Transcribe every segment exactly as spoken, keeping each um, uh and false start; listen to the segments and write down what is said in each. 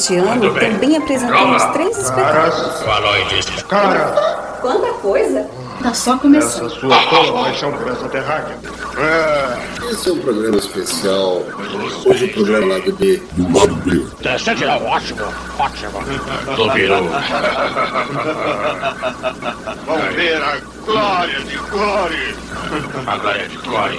Este ano também apresentamos três espetáculos. Cara! Quanta coisa! Tá só começando. Essa sua tola paixão por essa terráquea. É. Esse é um programa especial. Hoje o programa lá do B. Do lado B. Descende é ótimo, ótimo. Do Biru. Vamos ver a glória de Glória. A glória de Glória.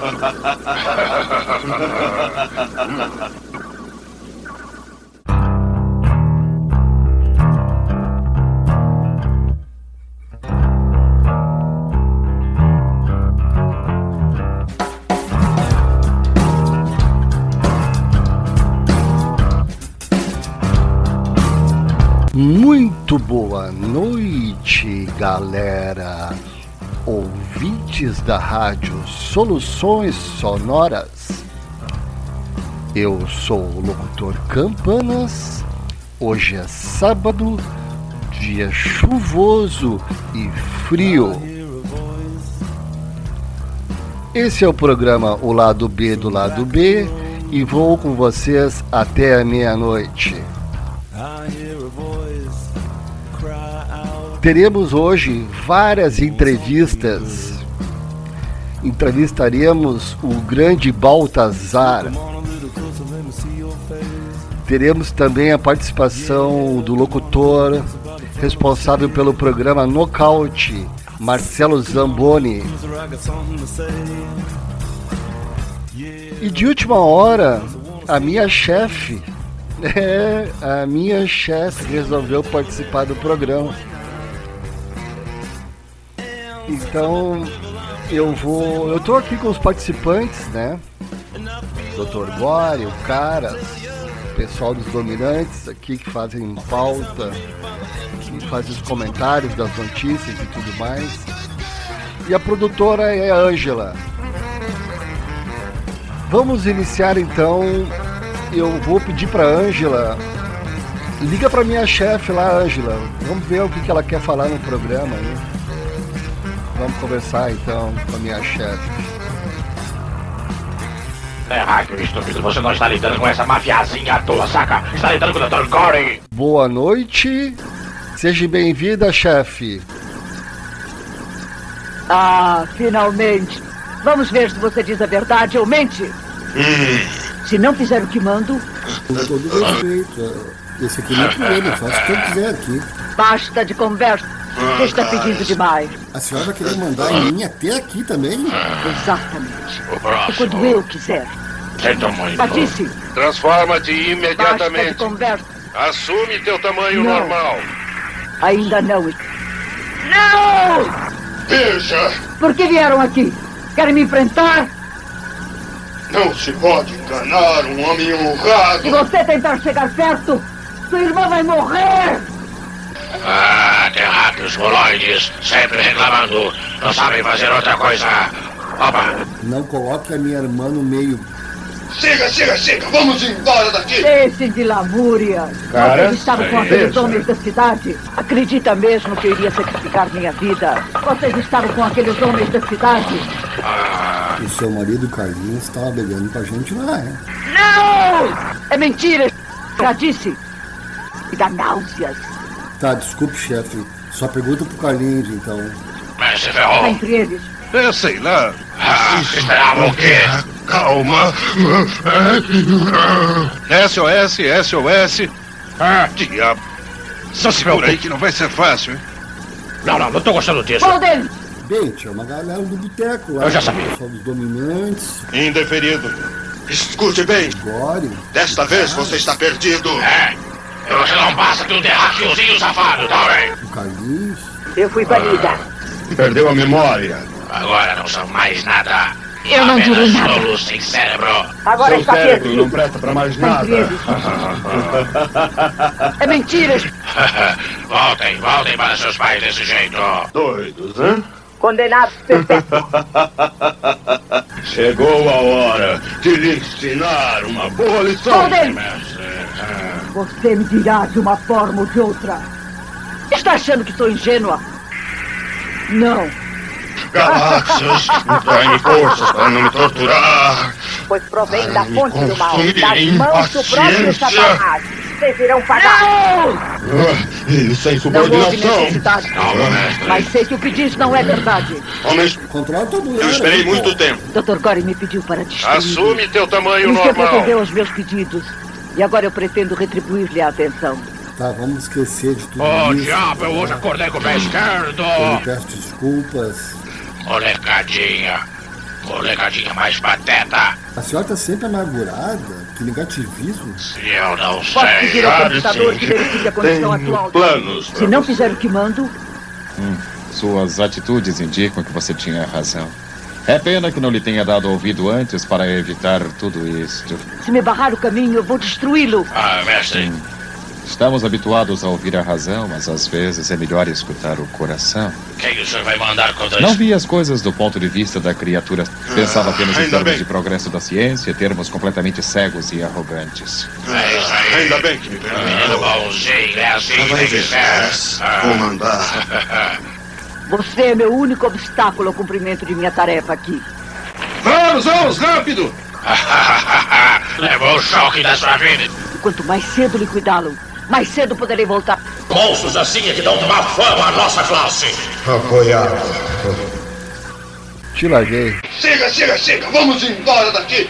Muito boa noite, galera, ouvintes da rádio Soluções Sonoras. Eu sou o locutor Campanas. Hoje é sábado, dia chuvoso e frio. Esse é o programa O Lado B do Lado B e vou com vocês até a meia-noite. Teremos hoje várias entrevistas. Entrevistaremos o grande Baltazar. Teremos também a participação do locutor responsável pelo programa Nocaute, Marcelo Zamboni. E de última hora, a minha chefe, é, a minha chefe resolveu participar do programa. Então, eu vou... Eu tô aqui com os participantes, né? doutor Gore, o Caras, o pessoal dos Dominantes aqui que fazem pauta, que fazem os comentários das notícias e tudo mais. E a produtora é a Ângela. Vamos iniciar então. Eu vou pedir pra Ângela. Liga pra minha chefe lá, Ângela. Vamos ver o que ela quer falar no programa aí. Vamos conversar então com a minha chefe. É, Raio, estúpido, você não está lidando com essa mafiazinha à toa, saca? Está lidando com o doutor Gore. Boa noite. Seja bem-vinda, chefe. Ah, finalmente. Vamos ver se você diz a verdade ou mente. Hum. Se não fizer o que mando... Com todo respeito. Esse aqui não é problema, faça o que eu quiser aqui. Basta de conversa. Você está pedindo demais. A senhora vai querer mandar em mim até aqui também? Exatamente. E quando eu quiser. Sinto muito. Patice. Transforma-te imediatamente. Basta de conversa. Assume teu tamanho Não. normal. Ainda não. Não! Veja! Por que vieram aqui? Querem me enfrentar? Não se pode enganar um homem honrado. Se você tentar chegar perto, sua irmã vai morrer! Ah, terráqueos moloides, sempre reclamando. Não sabem fazer outra coisa. Opa! Não coloque a minha irmã no meio. Chega, chega, chega! Vamos embora daqui! Deixem de lamúria! Vocês estavam com aqueles homens da cidade? Acredita mesmo que eu iria sacrificar minha vida? Vocês estavam com aqueles homens da cidade? Ah, O seu marido Carlinhos estava brigando com a gente lá, é? Não! É mentira! Já disse! Me dá náuseas! Tá, desculpe, chefe. Só pergunta pro Carlinhos, então. mas se Tá ferrou. entre eles. Eu sei lá. Ah, esperava o quê? Calma. S O S, S O S. Ah, diabo. Só se por aí que não vai ser fácil, hein? Não, não, não tô gostando disso. Qual deles? Bem, tinha uma galera do boteco lá. Eu já sabia. Só dos Dominantes, Indeferido. Escute bem. Gore. Desta vez você está perdido. É, você não passa de um terráqueozinho safado, tá bem? O Carlinhos. Eu fui banida. Perdeu a memória. Agora não são mais nada. Eu não digo Apenas nada. tolos sem cérebro. Agora está perdido. não presta pra mais Tá entre eles. É mentira! Voltem, voltem para seus pais desse jeito. Doidos, hein? Condenados perpétuos. Chegou a hora de lhe ensinar uma boa lição. Qual deles? Você me dirá de uma forma ou de outra. Está achando que sou ingênua? Não. Galáxias, dai-me forças para não me torturar. Pois provém Para da me fonte do mal, consumir das em mãos do próprio paciência. Satanás. vocês irão pagar! Ah, isso é Não houve insubordinação! necessidade. Mas sei que o que diz não é verdade. Homens, Controla tua mulher. eu esperei aí, muito pô. tempo. doutor Gore me pediu para destruir. Assume teu tamanho E sempre normal. atendeu aos meus pedidos. E agora eu pretendo retribuir-lhe a atenção. Tá, vamos esquecer de tudo Oh, isso. diabo, eu hoje acordei com o pé esquerdo. Eu peço desculpas. Molecadinha. Molecadinha mais pateta. A senhora tá sempre amargurada, que negativismo. Eu não Posso sei. pedir ao computador que verifique a condição atual. Planos. Se não fizer o que mando, Suas atitudes indicam que você tinha razão. É pena que não lhe tenha dado ouvido antes para evitar tudo isto. se me barrar o caminho, eu vou destruí-lo. Ah, mestre. Estamos habituados a ouvir a razão, mas às vezes é melhor escutar o coração. Quem o senhor vai mandar contra Não isso? vi as coisas do ponto de vista da criatura. Pensava apenas em ainda termos bem. de progresso da ciência, termos completamente cegos e arrogantes. É isso aí. Ainda bem que me Menino bonzinho, é assim que Vai tem que ver. ser. Vou mandar. Você é meu único obstáculo ao cumprimento de minha tarefa aqui. Vamos, vamos, rápido! Levou o choque da sua vida. E quanto mais cedo liquidá-lo, mais cedo poderei voltar. Monstros assim é que dão tomar fama à nossa classe. Apoiado. Te larguei. Chega, chega, chega! Vamos embora daqui!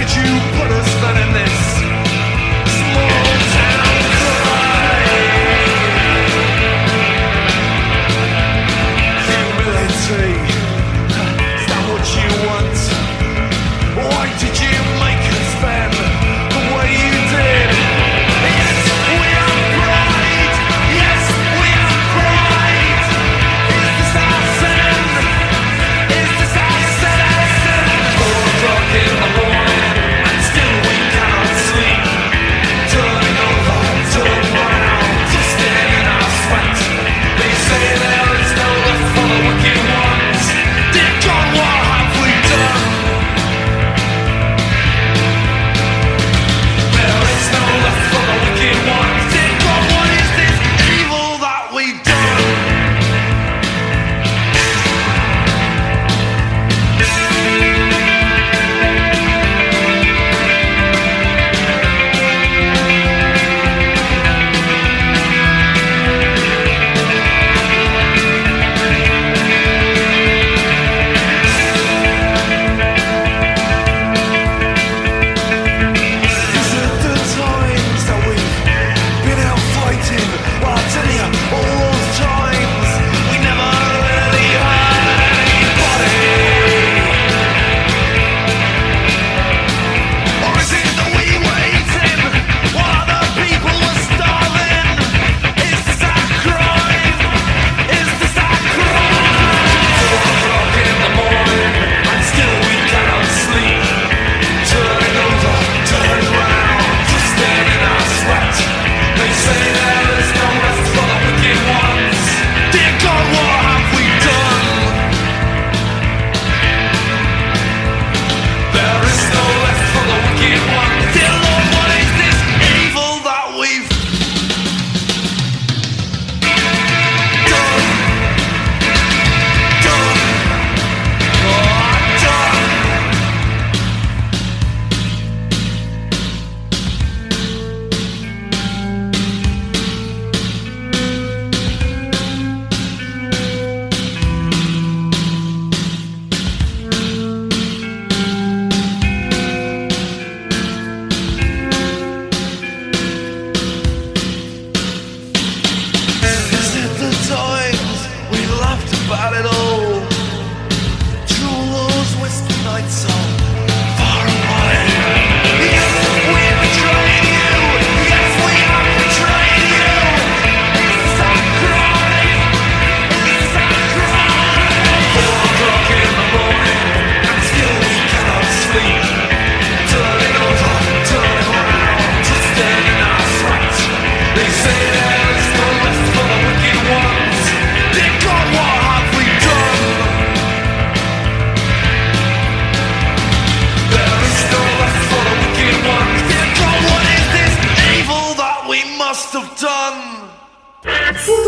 Put us then in this small town cry.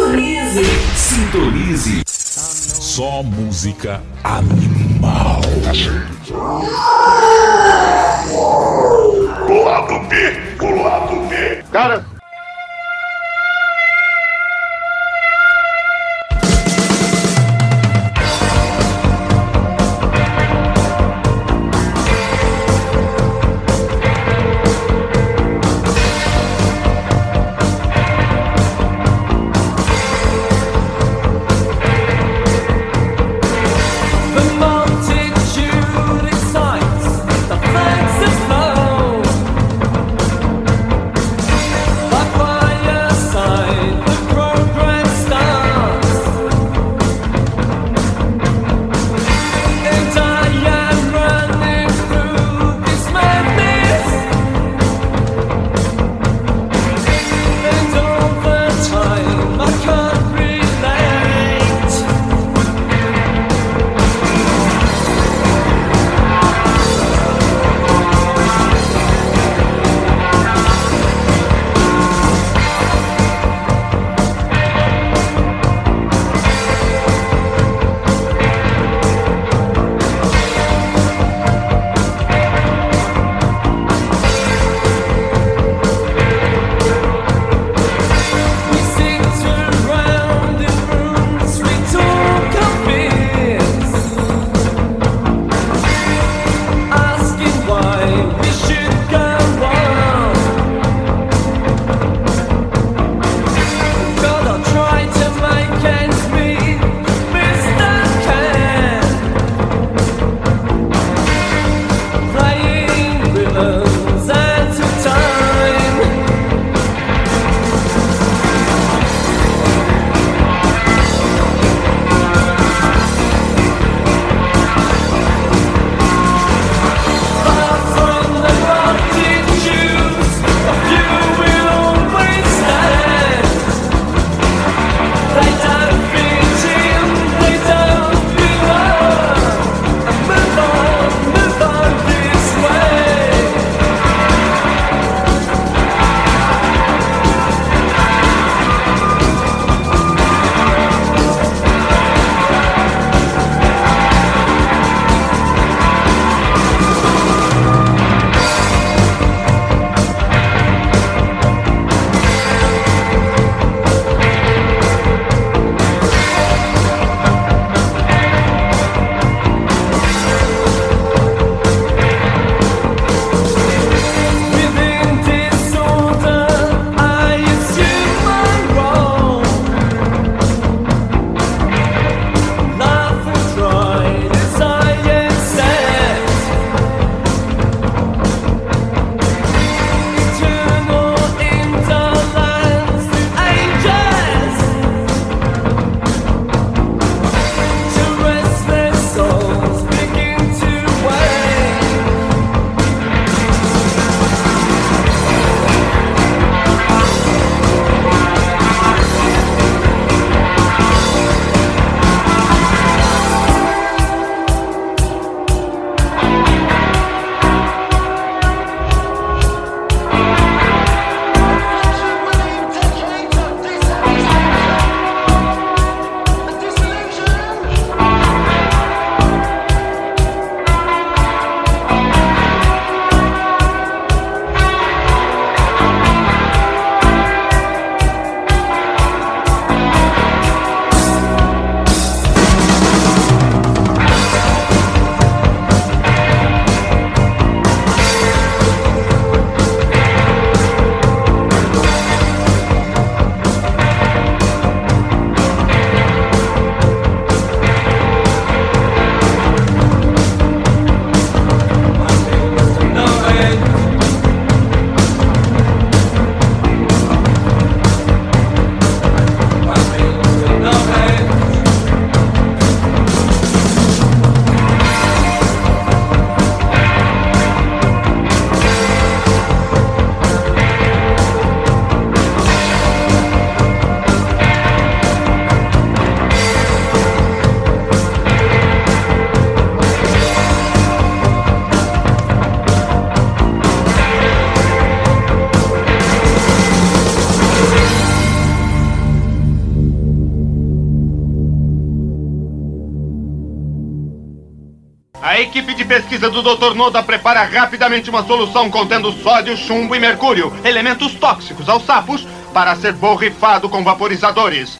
Sintonize. Sintonize. Só música animal. O lado B, o lado B. Cara. The A equipe de pesquisa do doutor Noda prepara rapidamente uma solução contendo sódio, chumbo e mercúrio, elementos tóxicos aos sapos, para ser borrifado com vaporizadores.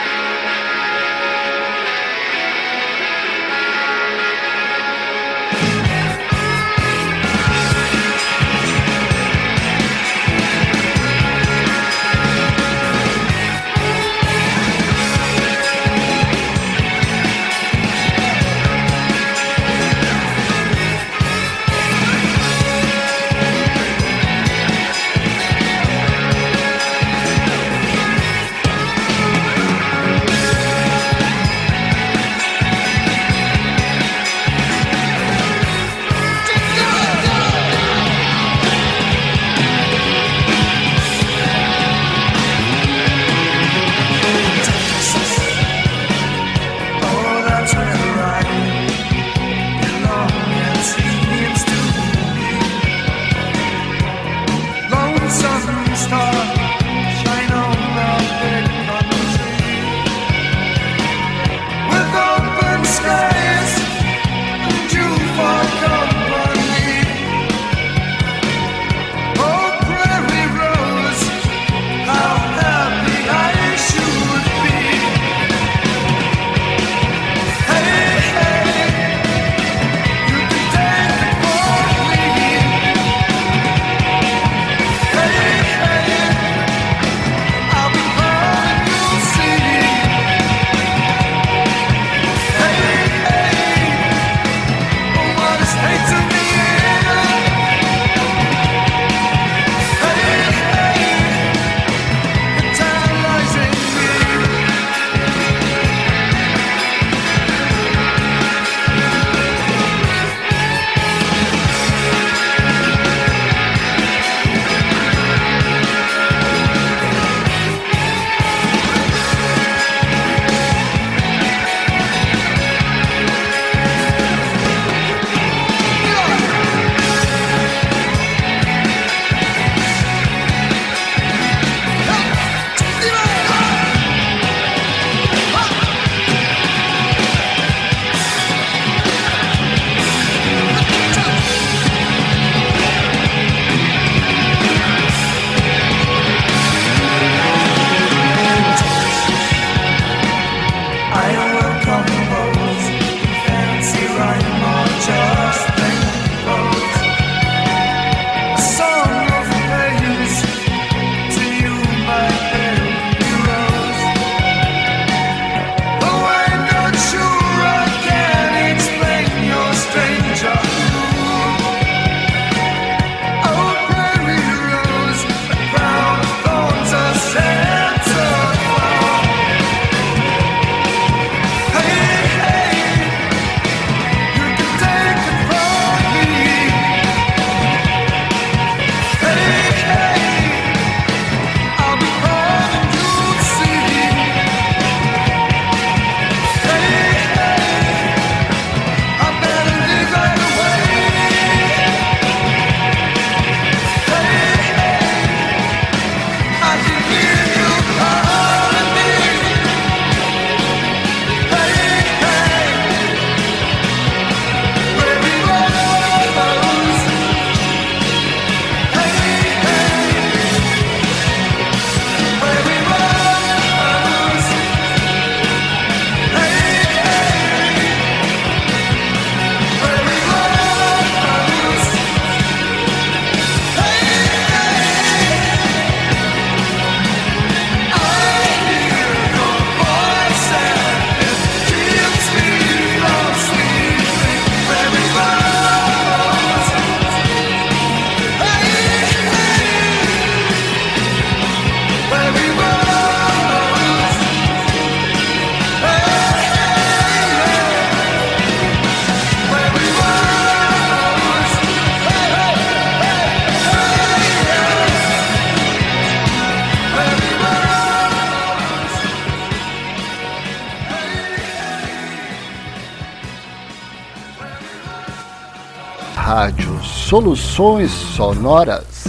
Rádio Soluções Sonoras.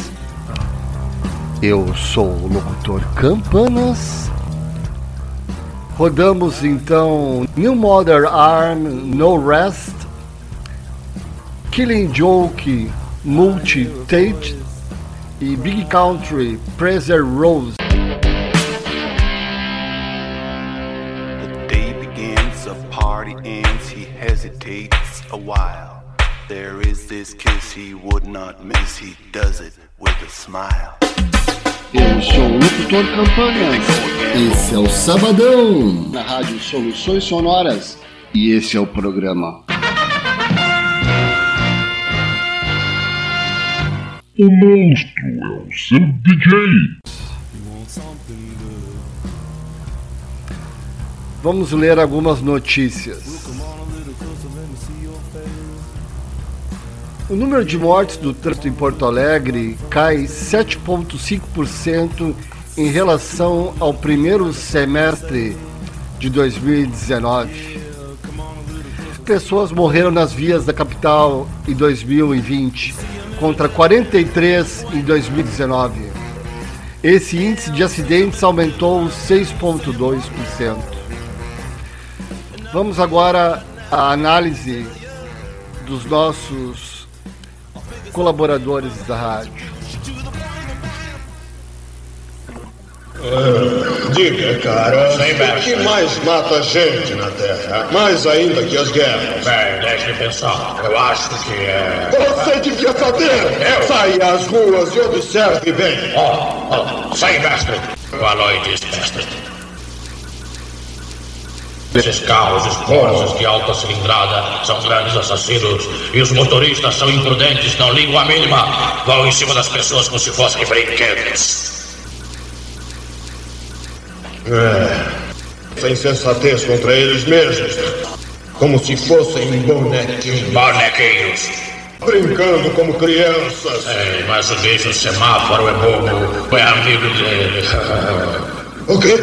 Eu sou o locutor Campanas. Rodamos então New Modern Arm, No Rest, Killing Joke, Multi-Tate e Big Country, Prazer Rose. The day begins, a party ends, he hesitates a while. There is this kiss he would not miss, he does it with a smile. Eu sou o locutor Campanhas. Esse é o Sabadão, na Rádio Soluções Sonoras. E esse é o programa. O monstro é o seu D J. Vamos ler algumas notícias. O número de mortes do trânsito em Porto Alegre cai sete vírgula cinco por cento em relação ao primeiro semestre de dois mil e dezenove. Pessoas morreram nas vias da capital em dois mil e vinte, contra quarenta e três em dois mil e dezenove. Esse índice de acidentes aumentou seis vírgula dois por cento. Vamos agora à análise dos nossos colaboradores da rádio. Uh, diga, cara, o que mais mata gente na Terra? Mais ainda que as guerras. Bem, deixe-me pensar. Eu acho que é... Você devia saber! Eu? Saia às ruas e observe bem. Oh, oh, sai, mestre. Boa noite, mestre. Esses carros esforços de alta cilindrada são grandes assassinos e os motoristas são imprudentes, não ligam a mínima. Vão em cima das pessoas como se fossem brinquedos. É, essa insensatez contra eles mesmos, como se fossem bonequinhos. Bonequinhos. Brincando como crianças. É, mas o bicho semáforo é bobo, é amigo dele. O quê?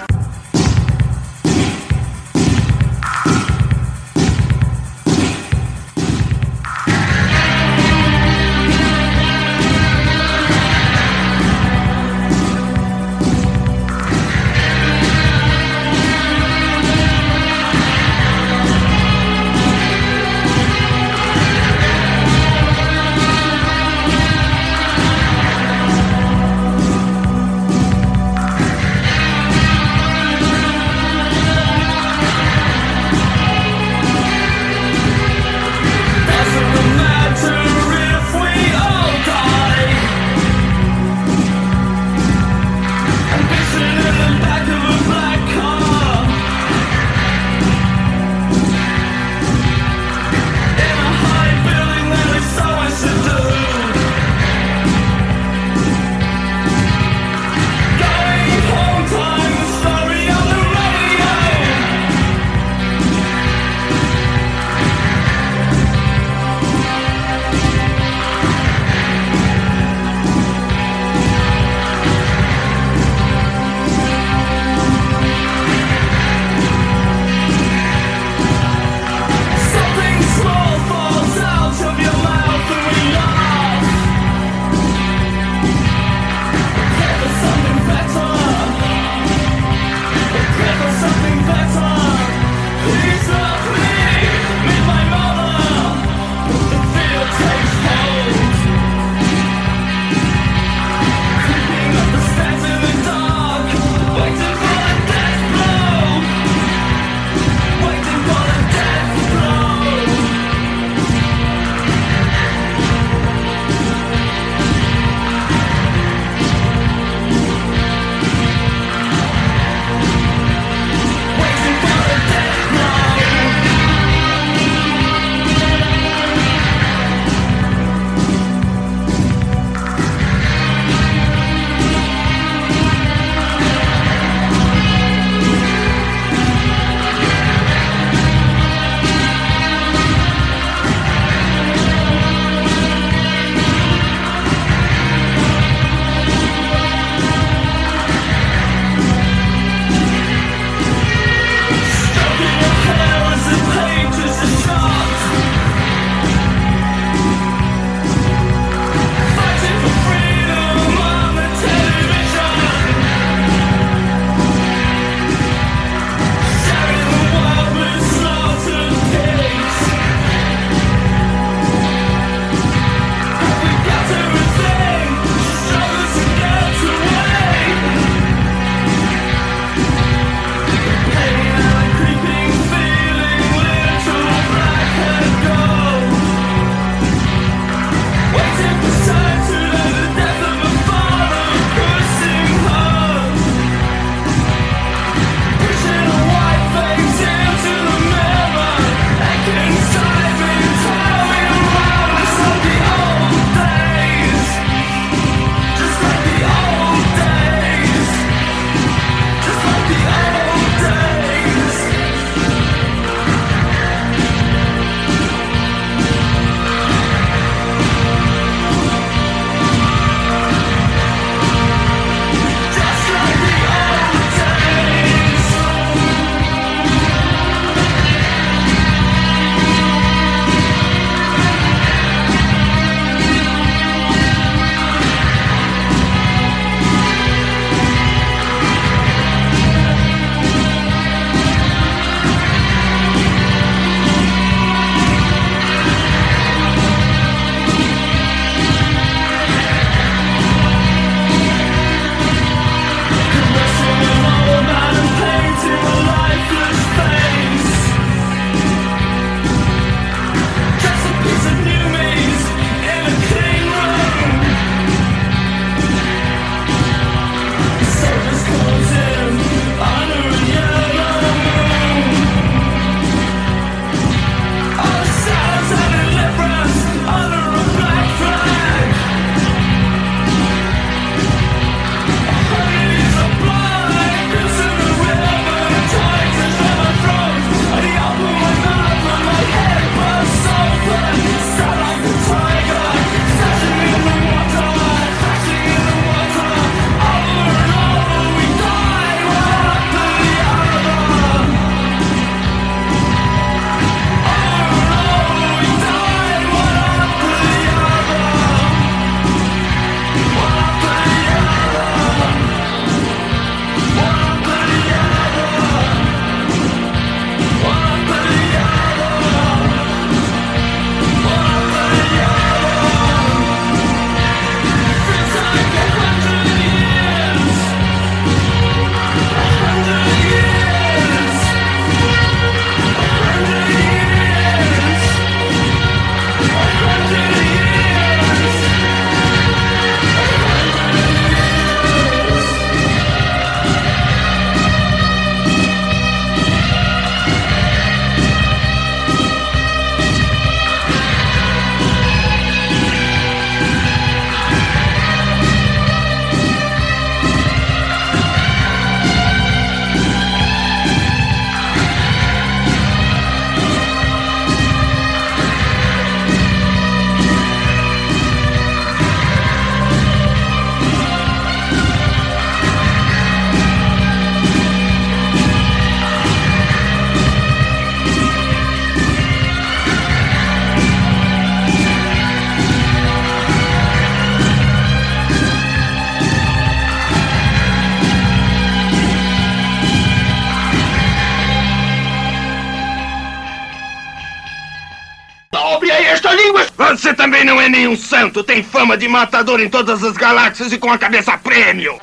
Dobre aí esta língua! Você também não é nenhum santo. Tem fama de matador em todas as galáxias e com a cabeça a prêmio.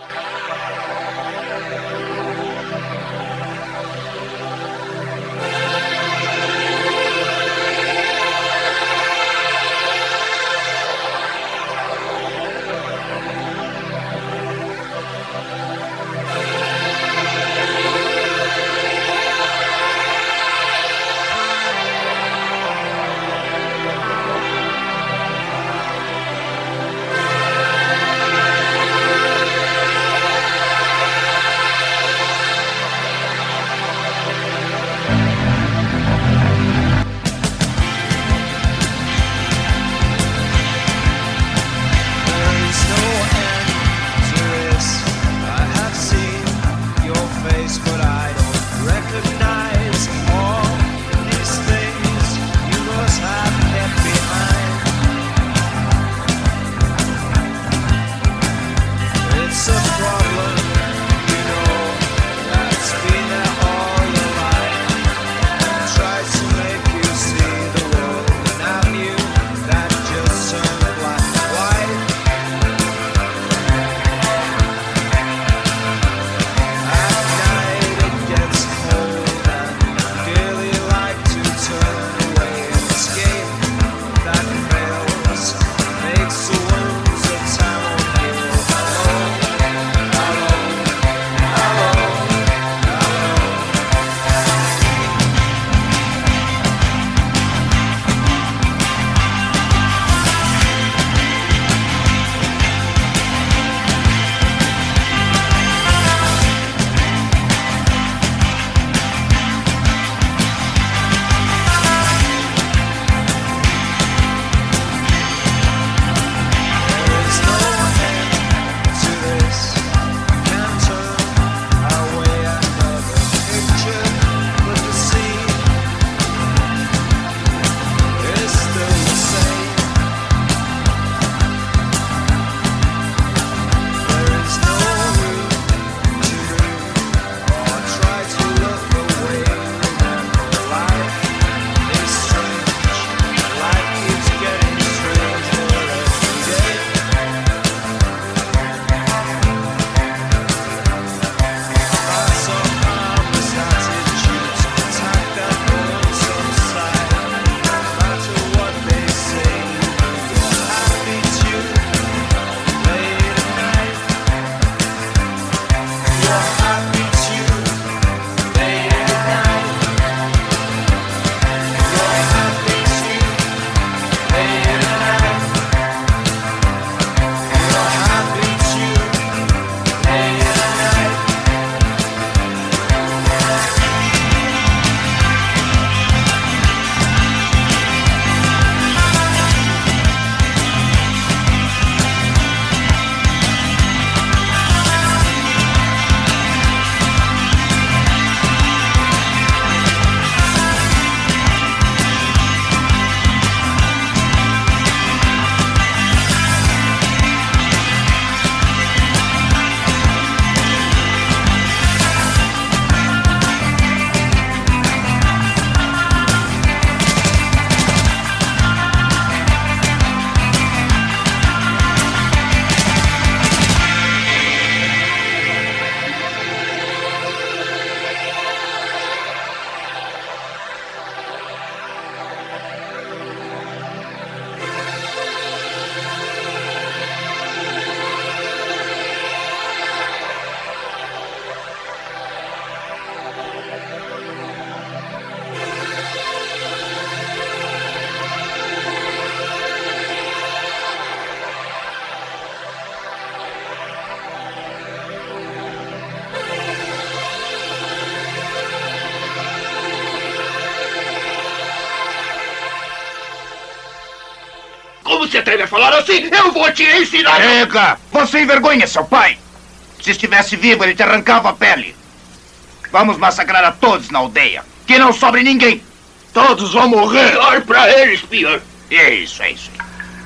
Como se atreve a falar assim? Eu vou te ensinar! Chega! Você envergonha seu pai! Se estivesse vivo, ele te arrancava a pele. Vamos massacrar a todos na aldeia. Que não sobre ninguém. Todos vão morrer. Pior pra eles, pior. É isso, é isso.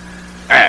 É.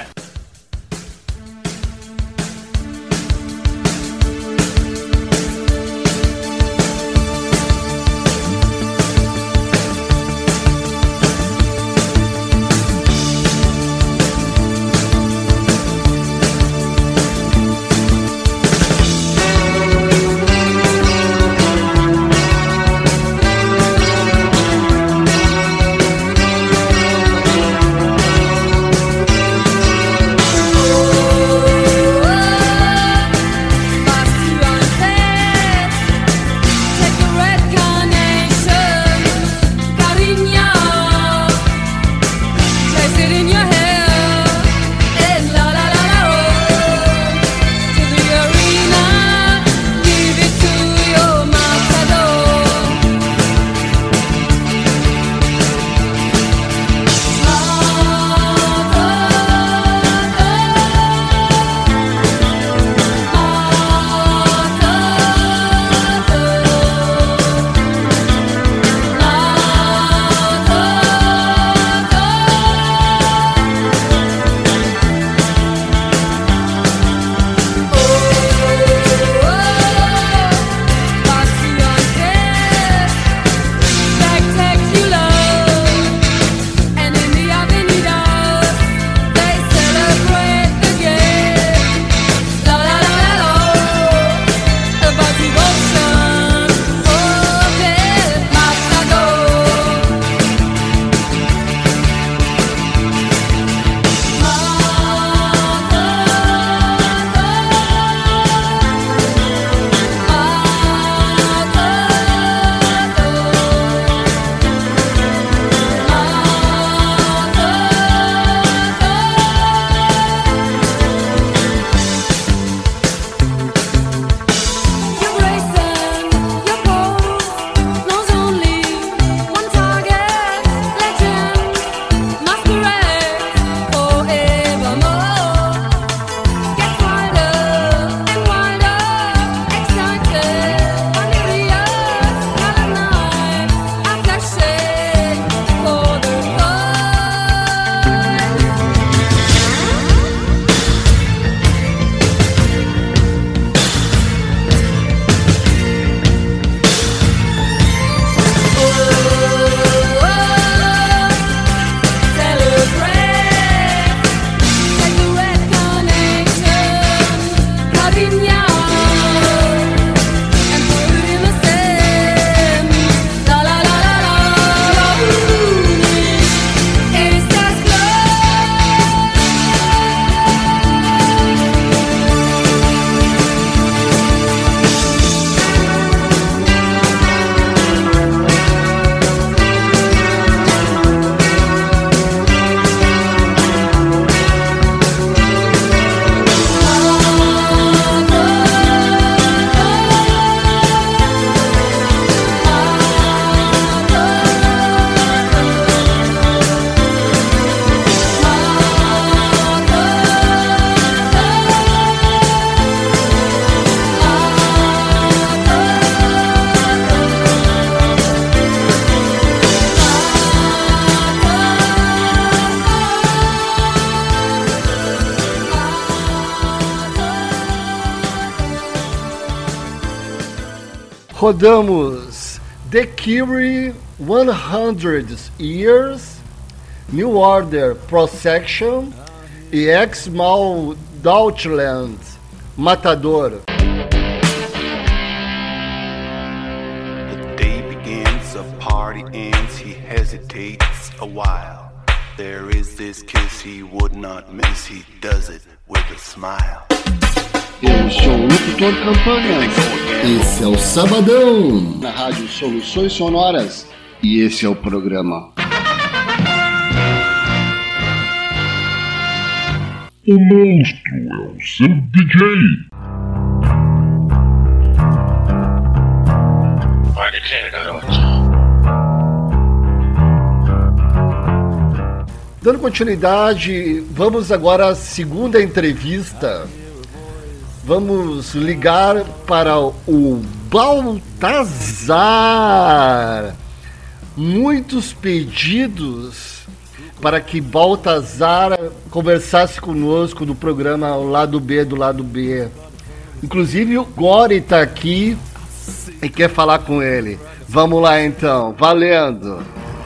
rodamos The Cure, one hundred Years, New Order, Protection e Ex-Mal Deutschland, Matador. The day begins, a party ends, he hesitates a while. There is this kiss he would not miss, he does it with a smile. Eu sou o locutor Campanha. Esse é o Sabadão, na Rádio Soluções Sonoras. E esse é o programa O monstro é o seu D J. Pode crer, garoto. Dando continuidade, vamos agora à segunda entrevista. Vamos ligar para o Baltazar. Muitos pedidos para que Baltazar conversasse conosco no programa O Lado B do Lado B. Inclusive o Gori está aqui e quer falar com ele. Vamos lá então, valendo.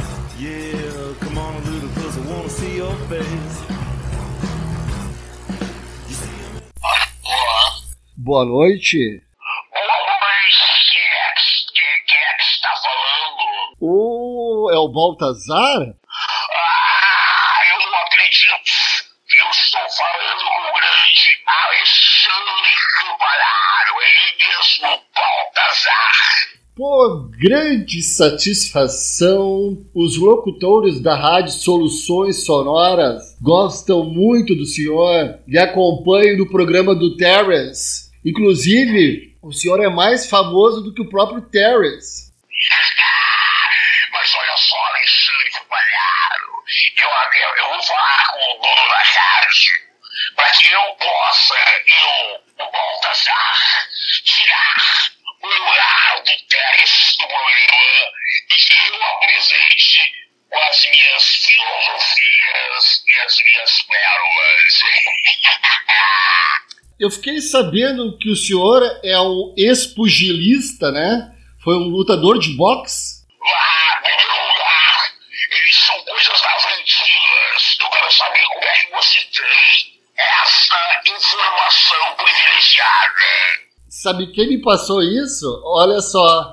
Boa noite. Quem é que está falando? Oh, é o Baltazar? Ah, eu não acredito. Eu estou falando com o grande Alexandre Campanaro, ele mesmo, Baltazar. Pô, grande satisfação. Os locutores da Rádio Soluções Sonoras gostam muito do senhor e acompanham no programa do Terence. Inclusive, o senhor é mais famoso do que o próprio Terence. Mas olha só, Alexandre Campanaro, eu, eu, eu vou falar com o dono da rádio para que eu possa, eu, o Baltazar, tirar o lugar do Terence do programa e que eu apresente com as minhas filosofias e as minhas pérolas. Eu fiquei sabendo que o senhor é um ex-pugilista, né? Foi um lutador de boxe. Ah, em primeiro lugar, eles são coisas das antigas. Eu quero saber como é que você tem essa informação privilegiada. Sabe quem me passou isso? Olha só.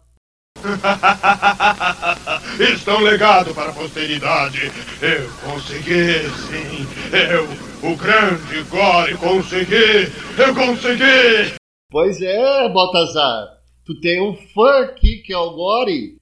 Estão legado para a posteridade. Eu consegui, sim. Eu, o grande Gori, consegui. Eu consegui. Pois é, Baltazar. Tu tem um fã aqui que é o Gori.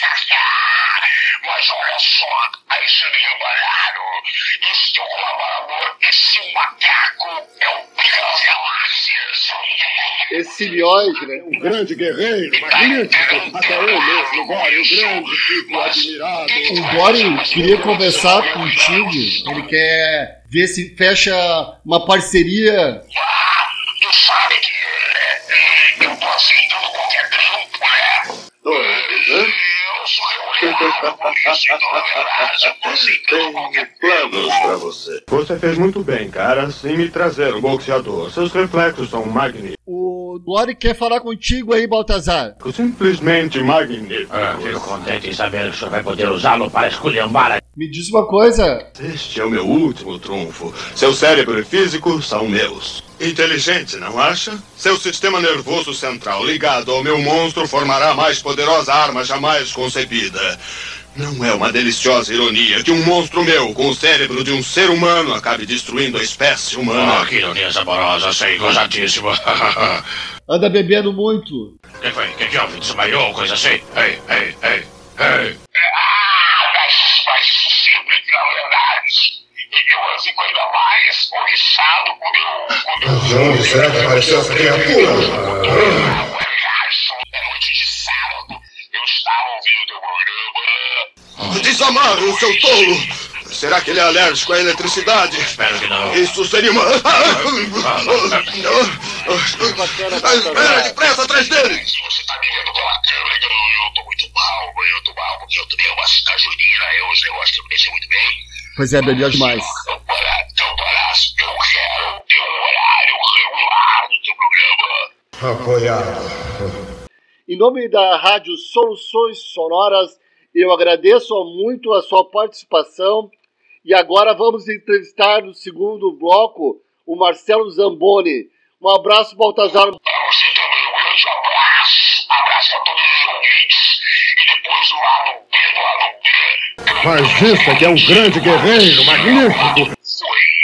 Mas olha só, Alexandre Campanaro, esse teu colaborador, esse macaco, é o Pica das Galáxias. Esse simbióide, né? Um grande guerreiro, magnífico. Até eu mesmo, Gori, o grande, fico admirado. O Gori queria conversar contigo. Ele quer ver se fecha uma parceria. Ah, tu sabe que é, eu tô aceitando qualquer trampo, né? Hã? Eu sou remunerado por isso, então na verdade eu tô aceitando qualquer Planos pra você. Você fez muito bem, cara, sem me trazer um boxeador. Seus reflexos são magníficos. O Gori quer falar contigo aí, Baltazar. Simplesmente magníficos. Ah, fico contente em saber que o senhor vai poder usá-lo para esculhambar. Me diz uma coisa. Este é o meu último trunfo. Seu cérebro e físico são meus. Inteligente, não acha? Seu sistema nervoso central ligado ao meu monstro formará a mais poderosa arma jamais concebida. Não é uma deliciosa ironia que um monstro meu, com o cérebro de um ser humano, acabe destruindo a espécie humana? Oh, que ironia saborosa, sei, gozadíssima. Anda bebendo muito. O que foi? O que, que houve? Desmaiou, coisa assim? Ei, ei, ei, ei. Ah, mas, mas sempre que na verdade eu fico ainda mais oriçado quando eu... Quando eu... De onde será que apareceu essa criatura? É noite de sábado, eu estava ouvindo o teu programa. Desamarre o seu tolo! Será que ele é alérgico à eletricidade? Espero que não. Isso seria uma... Espera, depressa, atrás dele! Se você tá me vendo pela câmera, eu, eu tô muito mal, eu tô mal, porque eu tomei uma cajurina, eu, eu acho que eu me deixei muito bem. Pois é, bebeu demais. Então, para, então, para, eu quero ter um horário regular no teu programa. Apoiado. Em nome da Rádio Soluções Sonoras, eu agradeço muito a sua participação. E agora vamos entrevistar no segundo bloco o Marcelo Zamboni. Um abraço, Baltazar. Você também, um grande abraço. Abraço a todos os ouvintes. E depois o lado B do lado B. Mas isso aqui é um grande guerreiro, magnífico. Fui.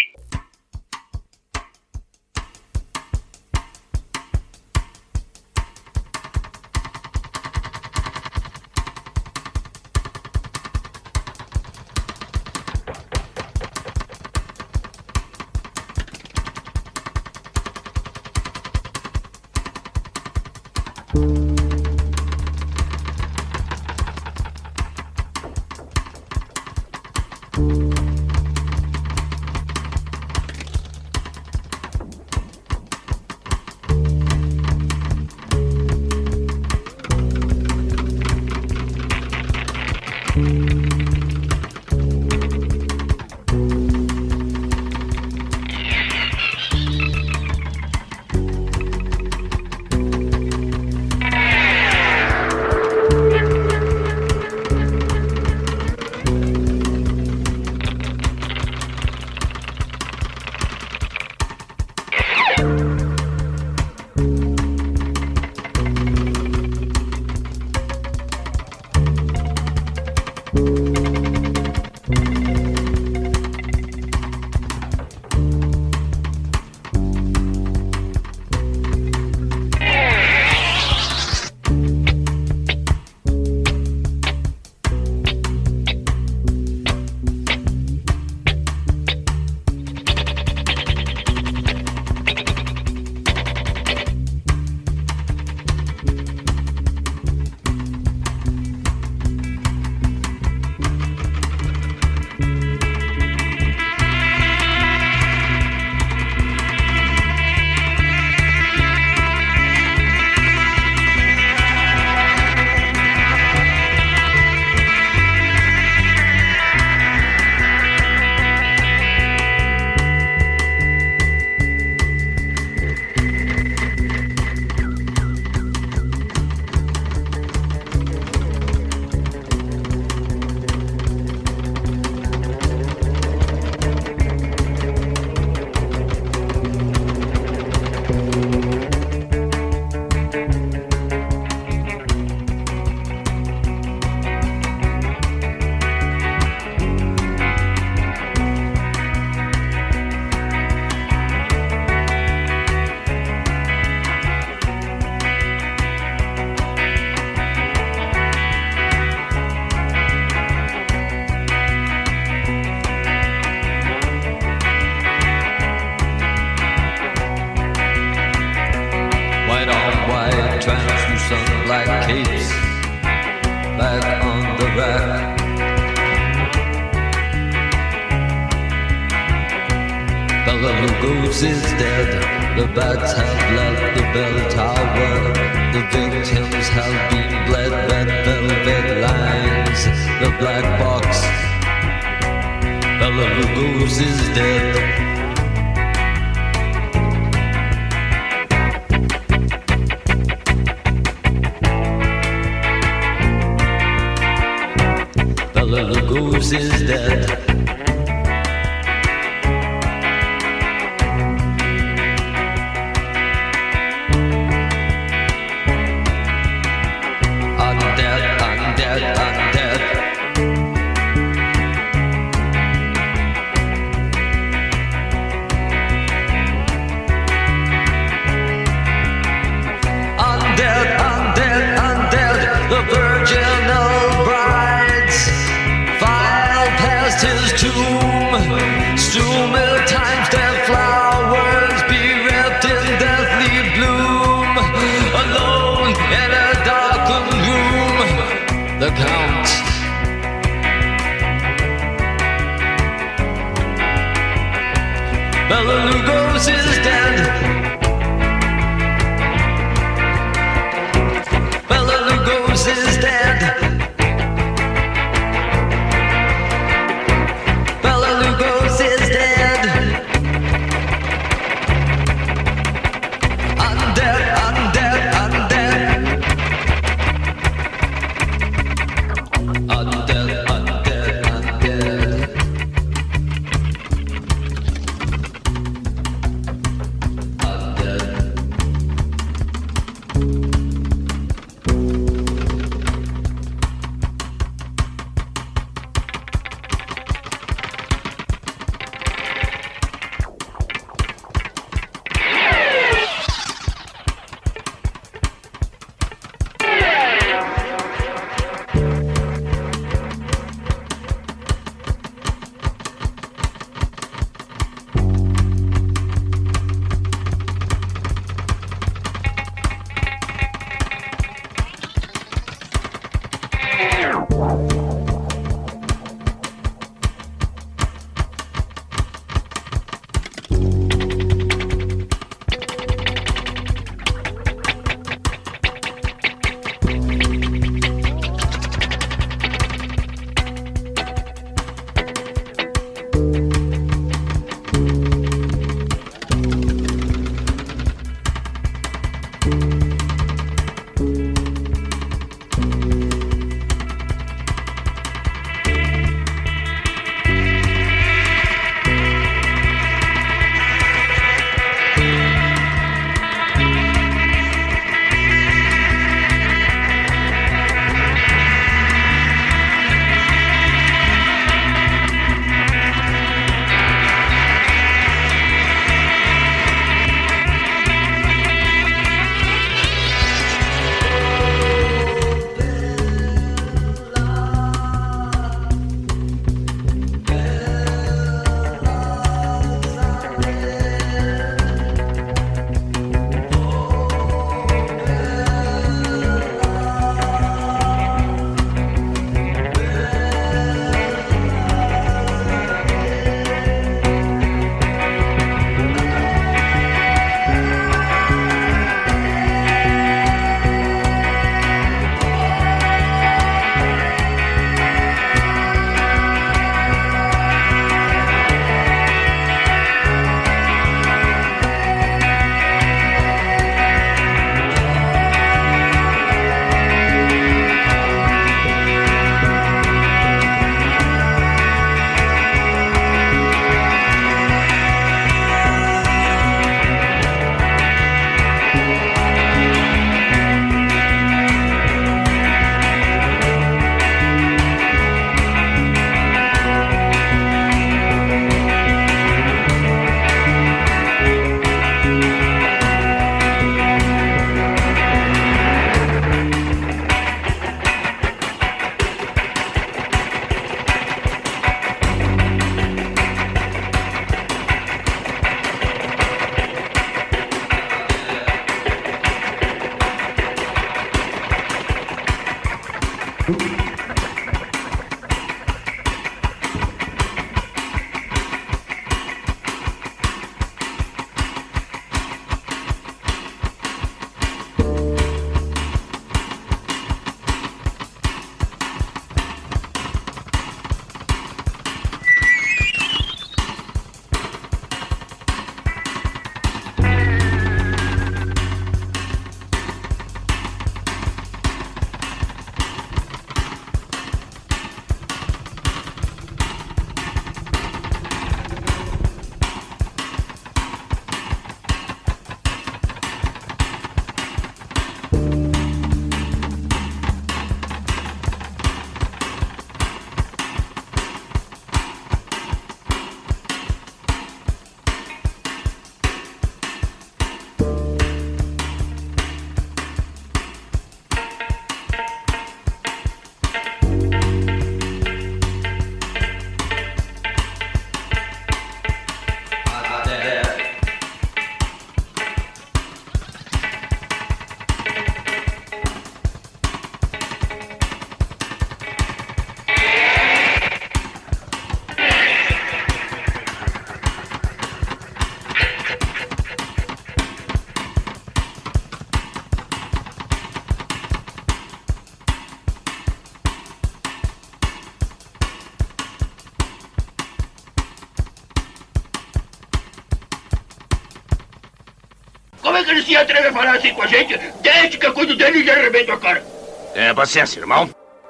Como é que ele se atreve a falar assim com a gente? Desde que eu cuido dele e já arrebento a cara. Tenha paciência, irmão.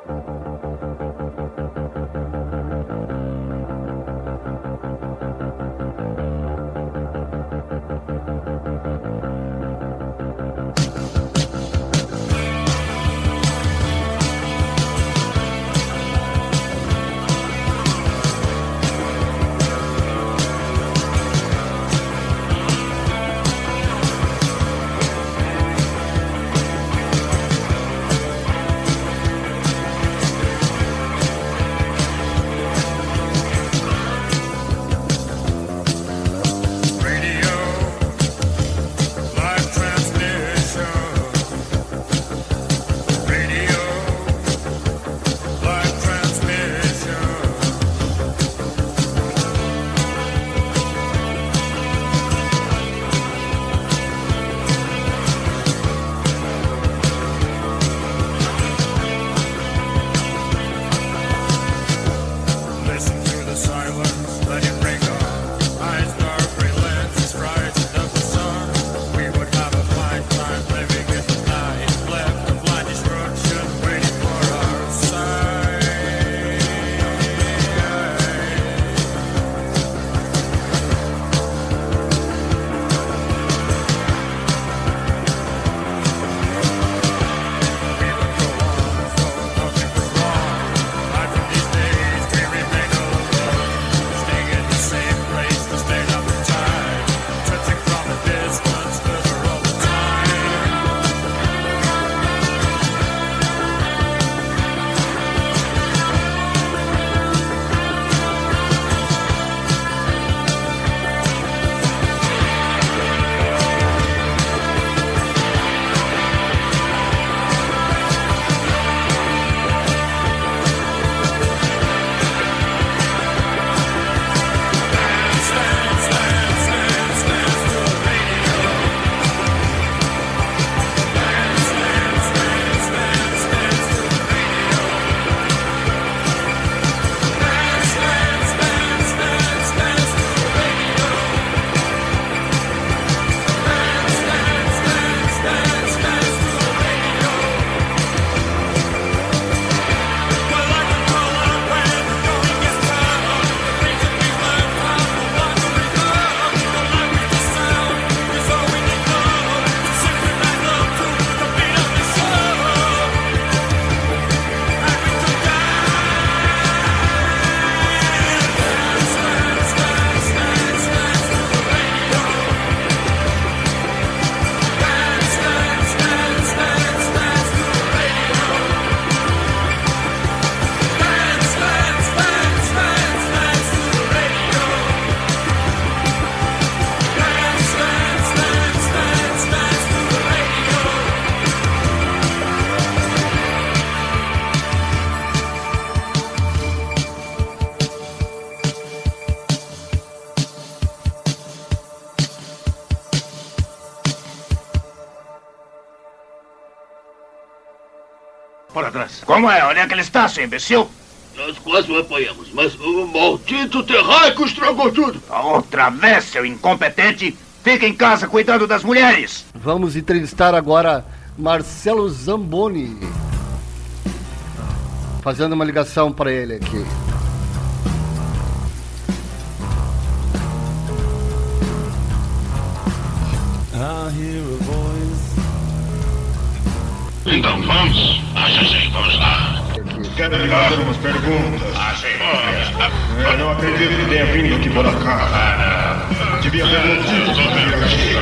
Para trás. Como é? Onde é que ele está, seu imbecil? Nós quase o apoiamos, mas o maldito terráqueo estragou tudo. Outra vez, seu incompetente. Fica em casa cuidando das mulheres. Vamos entrevistar agora Marcelo Zamboni. Fazendo uma ligação para ele aqui. Então vamos? Acho sim, vamos lá. Quero lhe fazer umas perguntas. Ah, sim, vamos. Eu não acredito que tenha vindo aqui por acaso. Devia ter motivo para vir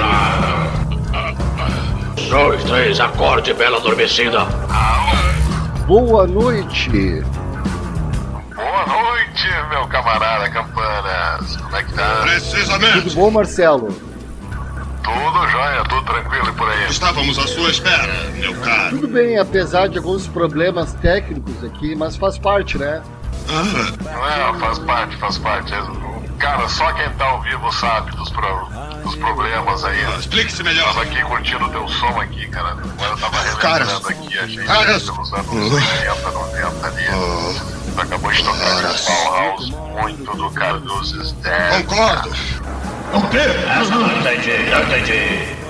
aqui. Dois, três, acorde, bela adormecida. Boa noite. Boa noite, meu camarada Campanas. Como é que tá? Precisamente. Tudo bom, Marcelo? Tudo jóia, tudo tranquilo e por aí. Estávamos à sua espera, meu caro. Tudo bem, apesar de alguns problemas técnicos aqui, mas faz parte, né? Ah. Não, faz parte, faz parte. Cara, só quem tá ao vivo sabe dos, pro, dos problemas aí. Ah, explique-se melhor. Tava aqui curtindo o teu som aqui, cara. Agora eu tava relembrando aqui, achei Caras. pelos anos oitenta, noventa ali. Tu acabou de tocar um Bauhaus muito do Carlos Dead. Concordo. O quê? Não entendi, não entendi.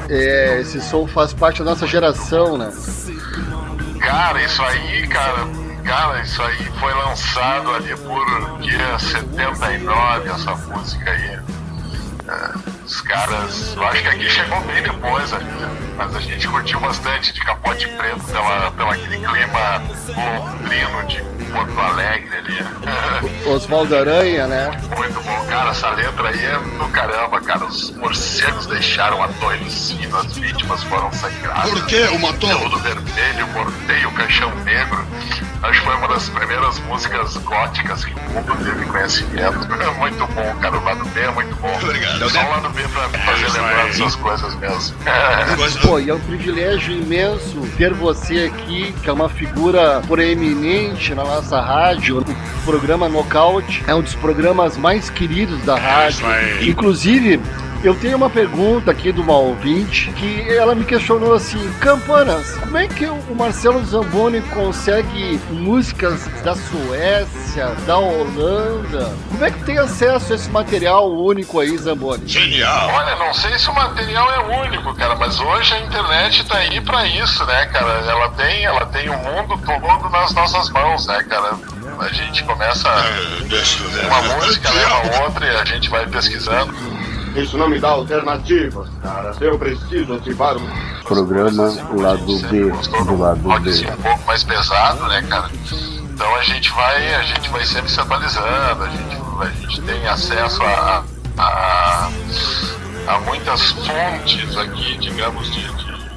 é, esse som faz parte da nossa geração, né? Cara, isso aí, cara, cara, isso aí foi lançado ali por dia setenta e nove, essa música aí. É, os caras, eu acho que aqui chegou bem depois ali, mas a gente curtiu bastante de Capote Preto pela, pela aquele clima londrino de Porto Alegre ali. Oswaldo Aranha, né? Muito bom, cara, essa letra aí é do caramba, cara. Os morcegos deixaram a toilicina, as vítimas foram sangradas. Por que o matou? Tudo vermelho, morteio, o caixão negro. Acho que foi uma das primeiras músicas góticas que o mundo teve conhecimento. É muito bom, cara. O lado B é muito bom. Obrigado. Só o lado B pra fazer lembrar dessas coisas mesmo. Pô, e é um privilégio imenso ter você aqui, que é uma figura proeminente na nossa rádio. O programa Nocaute é um dos programas mais queridos da rádio. Inclusive, eu tenho uma pergunta aqui de uma ouvinte que ela me questionou assim: Campanas, como é que o Marcelo Zamboni consegue músicas da Suécia, da Holanda? Como é que tem acesso a esse material único aí, Zamboni? Genial! Olha, não sei se o material é único, cara, mas hoje a internet tá aí pra isso, né, cara? Ela tem, ela tem o mundo todo nas nossas mãos, né, cara? A gente começa uma música, leva a outra e a gente vai pesquisando. Isso não me dá alternativas, cara. Eu preciso ativar o programa Lado B do Lado Pode B. ser um pouco mais pesado, né, cara? Então a gente vai, a gente vai sempre se atualizando, a gente, a gente tem acesso a, a, a muitas fontes aqui, digamos, de,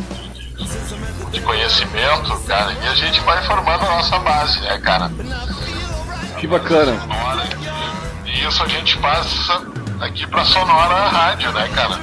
de, de conhecimento, cara, e a gente vai formando a nossa base, né, cara? Que bacana. E isso a gente passa aqui pra Sonora Rádio, né, cara?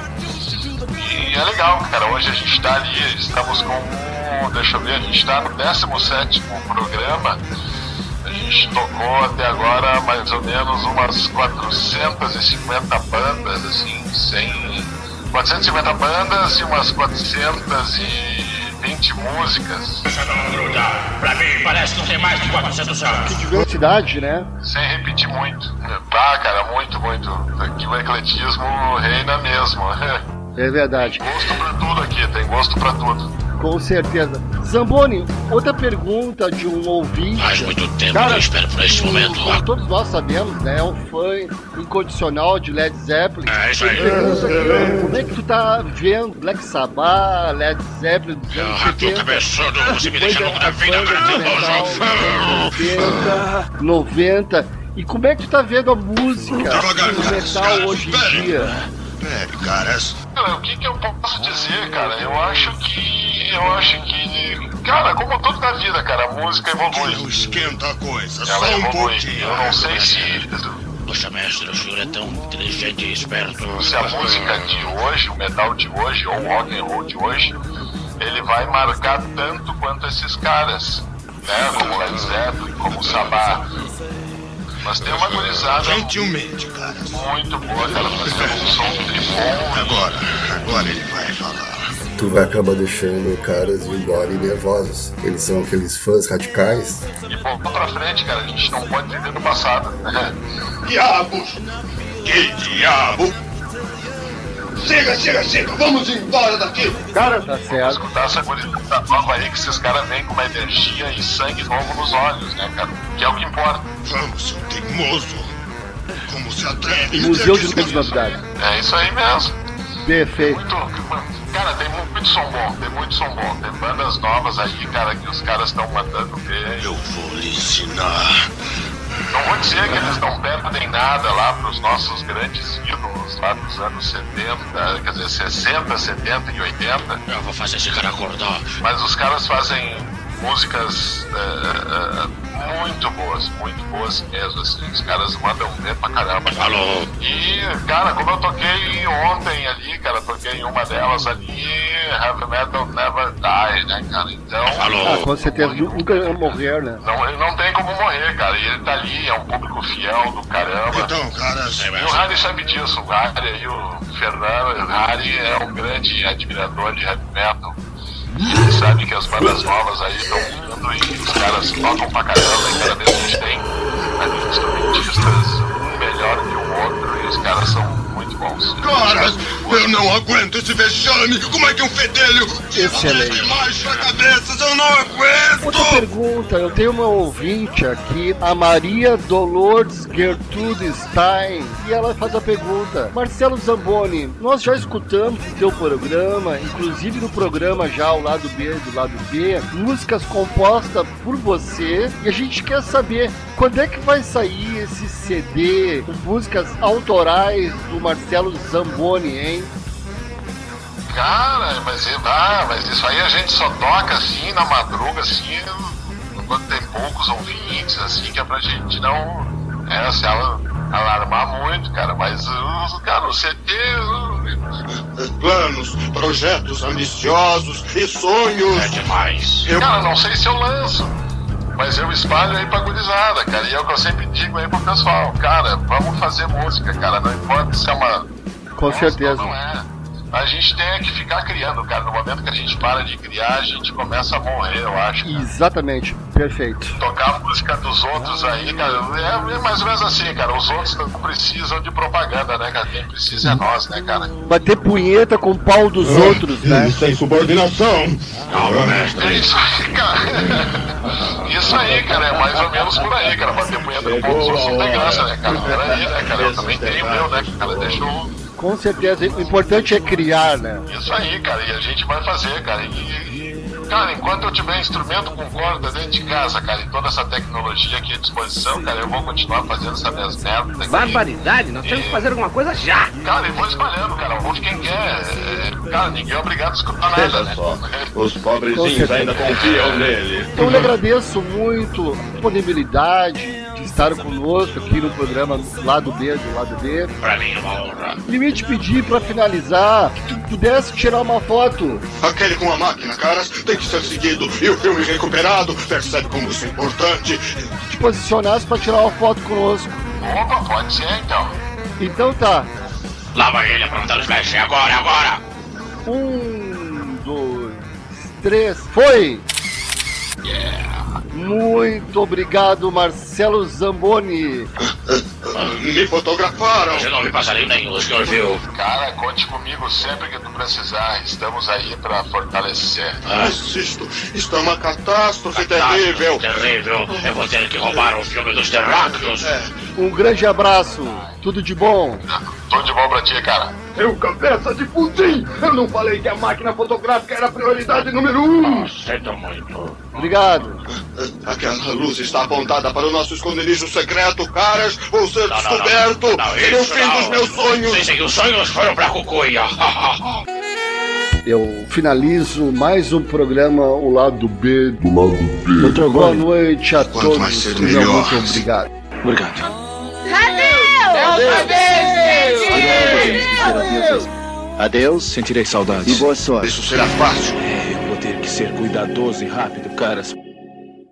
E é legal, cara. Hoje a gente tá ali, estamos com, deixa eu ver, a gente tá no décimo sétimo programa. A gente tocou até agora mais ou menos umas quatrocentas e cinquenta bandas, assim, sem... quatrocentas e cinquenta bandas e umas quatrocentas e vinte músicas. Pra mim, parece que não tem mais de quatrocentos anos. Que diversidade, né? Sem repetir muito. Ah, cara, muito, muito. Aqui o ecletismo reina mesmo. É verdade. Gosto pra tudo aqui, tem gosto pra tudo. Com certeza. Zamboni, outra pergunta de um ouvinte. Faz muito tempo cara, que eu espero por esse momento. Como todos nós sabemos, né? É um fã incondicional de Led Zeppelin. É isso aí. Como é que tu tá vendo Black Sabbath, Led Zeppelin dos anos setenta? Cabeçudo, você me deixa louco da vida. oitenta, noventa. E como é que tu tá vendo a música do metal hoje em dia? É, cara, Cara, o que que eu posso dizer, cara? Eu acho que... Eu acho que... Cara, como tudo na vida, cara, a música evolui. Não esquenta a coisa, ela só um evolui. pouquinho. Eu não sei se... Poxa, mestre, o senhor é tão inteligente e esperto. Se a música de hoje, o metal de hoje, ou o rock and roll de hoje, ele vai marcar tanto quanto esses caras, né? Como Led Zeppelin, como o Sabbath. Mas tem uma gurizada gentilmente, cara. Muito boa, cara, fazendo um som tribom. Agora, agora ele vai falar. Tu vai acabar deixando caras de embora e nervosos. Eles são aqueles fãs radicais. E bom, pra frente, cara, a gente não pode viver no passado. Diabos! Que diabo! Chega, chega, chega! Vamos embora daqui! Cara, tá certo. Escutar essa gurizada nova aí, que esses caras vêm com uma energia e sangue novo nos olhos, né, cara? Que é o que importa. Vamos, seu teimoso! Como se atreve? Museu de Grandes Novidades. É isso aí mesmo. Perfeito. Muito, cara, tem muito som bom, tem muito som bom. Tem bandas novas aí, cara, que os caras estão mandando ver. Eu vou lhe ensinar. Não vou dizer que eles não perdem nada lá pros nossos grandes ídolos lá dos anos setenta, quer dizer, sessenta, setenta e oitenta. Eu vou fazer esse cara acordar. Mas os caras fazem músicas uh, uh, muito boas, muito boas mesmo, assim. Os caras mandam ver pra caramba. Falou. E, cara, como eu toquei ontem ali, cara, toquei uma delas ali, Heavy Metal Never Die, né, cara? Então... Falou. Ah, com certeza, nunca ia morrer, né? Não, ele não tem como morrer, cara. E ele tá ali, é um público fiel do caramba. Então, cara... E o Harry sabe disso, o Harry aí, o Fernando, o Harry é um grande admirador de heavy metal. Ele sabe que as bandas novas aí estão vindo e os caras tocam pra caramba, e cada vez a gente tem ali instrumentistas um melhor que o outro, e os caras são muito bons. Caras, eu não aguento esse vexame. Como é que um fedelho Excelente. mais pra cabeças? Eu não aguento. Outra pergunta, eu tenho uma ouvinte aqui, a Maria Dolores Gertrude Stein, e ela faz a pergunta: Marcelo Zamboni, nós já escutamos o teu programa, inclusive no programa já o lado B do lado B, músicas compostas por você, e a gente quer saber quando é que vai sair esse C D com músicas autorais do Marcelo Zamboni, hein? Cara, mas, ah, mas isso aí a gente só toca assim na madruga, assim, quando tem poucos ouvintes, assim, que é pra gente não é, se alarmar muito, cara. Mas, cara, o C D. Planos, projetos ambiciosos e sonhos. É demais. Eu... Cara, não sei se eu lanço, mas eu espalho aí pra gurizada, cara. E é o que eu sempre digo aí pro pessoal: cara, vamos fazer música, cara. Não importa se é uma. Com certeza. Não é. A gente tem que ficar criando, cara. No momento que a gente para de criar, a gente começa a morrer, eu acho. Cara. Exatamente, perfeito. Tocar a música dos outros aí, cara, é, é mais ou menos assim, cara. Os outros não precisam de propaganda, né, cara? Quem precisa é nós, né, cara? Bater punheta com o pau dos ah, outros, né? Isso é insubordinação. Calma, mestre. É isso aí, cara. Isso aí, cara, é mais ou menos por aí, cara. Bater punheta com o pau dos outros não tem graça, né, cara? Peraí, né, cara? Eu também tenho o meu, né, cara? Deixa eu... Com certeza, o importante é criar, né? Isso aí, cara, e a gente vai fazer, cara. E, cara, enquanto eu tiver instrumento com corda dentro de casa, cara, e toda essa tecnologia aqui à disposição, cara, eu vou continuar fazendo essas minhas merdas aqui. Barbaridade, nós e... temos que fazer alguma coisa já! Cara, e vou espalhando, cara, ouve quem quer. Cara, ninguém é obrigado a escutar nada, Veja né? Só, os pobrezinhos ainda confiam nele. Então eu lhe agradeço muito a disponibilidade de estar conosco aqui no programa Lado B, do Lado B. Pra mim é uma honra. E te pedir pra finalizar que tu pudesse tirar uma foto. Aquele com a máquina, caras, tem que ser seguido. E o filme recuperado, percebe como isso é importante. Te posicionasse pra tirar uma foto conosco. Opa, pode ser então. Então tá. Lá vai ele aprontando os flash, agora, agora. Um, dois, três, foi! Yeah. Muito obrigado, Marcelo Zamboni. Me fotografaram. Você não me passarinho nenhum, o senhor viu? Cara, conte comigo sempre que tu precisar. Estamos aí pra fortalecer. Ah. Assisto. Isso é uma catástrofe, catástrofe terrível. Terrível. É você que roubaram o filme dos terráqueos. É. Um grande abraço. Tudo de bom. Tudo de bom pra ti, cara. Eu, cabeça de pudim. Eu não falei que a máquina fotográfica era a prioridade número um. Oh, sinto muito. Obrigado. Aquela luz está apontada para o nosso esconderijo secreto, caras. Vou ser não, descoberto. Não, não, não, é o fim não. dos meus sonhos. Sim, sim, os sonhos foram pra cucuia. Eu finalizo mais um programa, o Lado B. Do Lado B. Doutor, boa noite a Quanto todos. mais cedo, melhor. Muito obrigado. Obrigado. Adeus! Adeus, sentirei saudades. E boa sorte. Isso será fácil. É, eu vou ter que ser cuidadoso e rápido, caras.